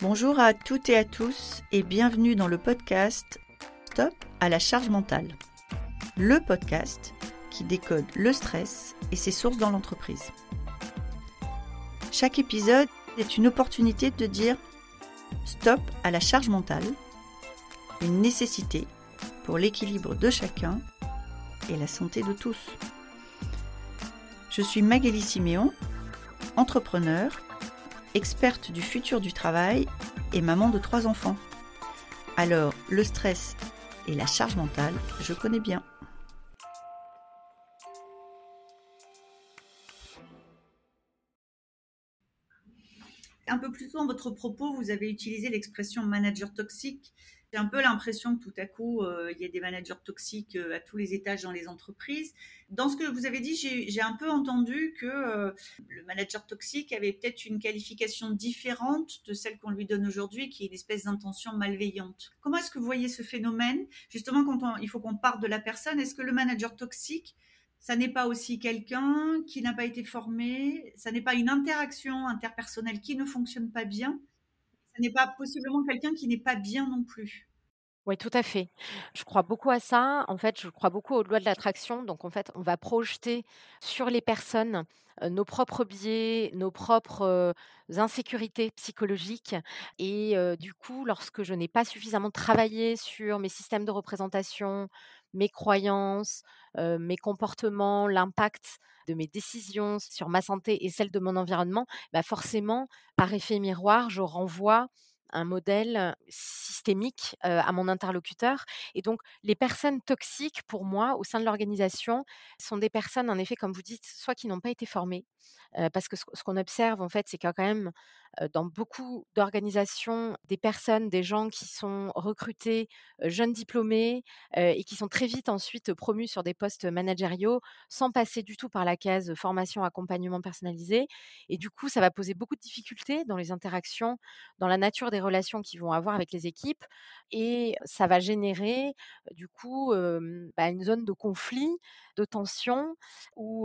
Bonjour à toutes et à tous et bienvenue dans le podcast Stop à la charge mentale. Le podcast qui décode le stress et ses sources dans l'entreprise. Chaque épisode est une opportunité de dire stop à la charge mentale, une nécessité pour l'équilibre de chacun et la santé de tous. Je suis Magali Siméon, entrepreneur, experte du futur du travail et maman de 3 enfants. Alors, le stress et la charge mentale, je connais bien. Un peu plus tôt dans votre propos, vous avez utilisé l'expression manager toxique. J'ai un peu l'impression que tout à coup, il y a des managers toxiques à tous les étages dans les entreprises. Dans ce que vous avez dit, j'ai un peu entendu que le manager toxique avait peut-être une qualification différente de celle qu'on lui donne aujourd'hui, qui est une espèce d'intention malveillante. Comment est-ce que vous voyez ce phénomène ? Justement, il faut qu'on parte de la personne. Est-ce que le manager toxique, ça n'est pas aussi quelqu'un qui n'a pas été formé, ça n'est pas une interaction interpersonnelle qui ne fonctionne pas bien, ça n'est pas possiblement quelqu'un qui n'est pas bien non plus. Oui, tout à fait. Je crois beaucoup à ça. En fait, je crois beaucoup aux lois de l'attraction. Donc, en fait, on va projeter sur les personnes nos propres biais, nos propres insécurités psychologiques. Et du coup, lorsque je n'ai pas suffisamment travaillé sur mes systèmes de représentation, mes croyances, mes comportements, l'impact de mes décisions sur ma santé et celle de mon environnement, bah forcément, par effet miroir, je renvoie un modèle systémique à mon interlocuteur. Et donc, les personnes toxiques, pour moi, au sein de l'organisation, sont des personnes, en effet, comme vous dites, soit qui n'ont pas été formées, parce que ce qu'on observe, en fait, c'est qu'il y a quand même, dans beaucoup d'organisations, des gens qui sont recrutés, jeunes diplômés, et qui sont très vite ensuite promus sur des postes managériaux, sans passer du tout par la case formation, accompagnement personnalisé. Et du coup, ça va poser beaucoup de difficultés dans les interactions, dans la nature des relations qu'ils vont avoir avec les équipes, et ça va générer, du coup, une zone de conflit, de tension où,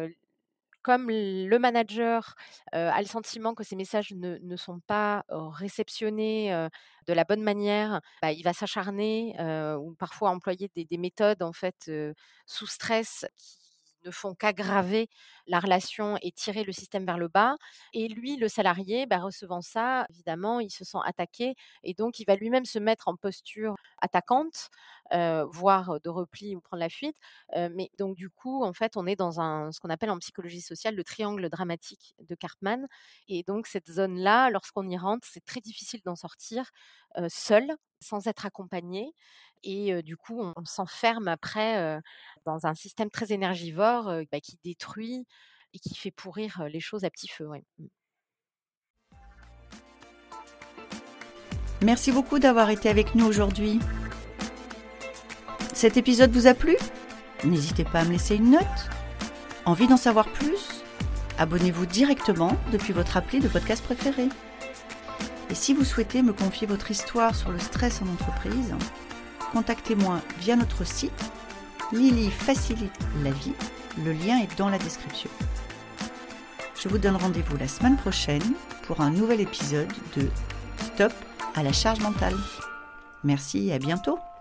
comme le manager, a le sentiment que ces messages ne sont pas, réceptionnés, de la bonne manière, il va s'acharner, ou parfois employer des méthodes en fait, sous stress qui ne font qu'aggraver la relation et tirer le système vers le bas. Et lui, le salarié, recevant ça, évidemment, il se sent attaqué et donc il va lui-même se mettre en posture attaquante, voire de repli ou prendre la fuite. Mais donc du coup, en fait, on est dans ce qu'on appelle en psychologie sociale le triangle dramatique de Karpman. Et donc cette zone-là, lorsqu'on y rentre, c'est très difficile d'en sortir, seul, sans être accompagné. Et du coup, on s'enferme après, dans un système très énergivore, qui détruit et qui fait pourrir, les choses à petit feu, ouais. Merci beaucoup d'avoir été avec nous aujourd'hui. Cet épisode vous a plu ? N'hésitez pas à me laisser une note. Envie d'en savoir plus ? Abonnez-vous directement depuis votre appli de podcast préféré. Et si vous souhaitez me confier votre histoire sur le stress en entreprise, contactez-moi via notre site Lily facilite la vie. Le lien est dans la description. Je vous donne rendez-vous la semaine prochaine pour un nouvel épisode de Stop à la charge mentale. Merci et à bientôt.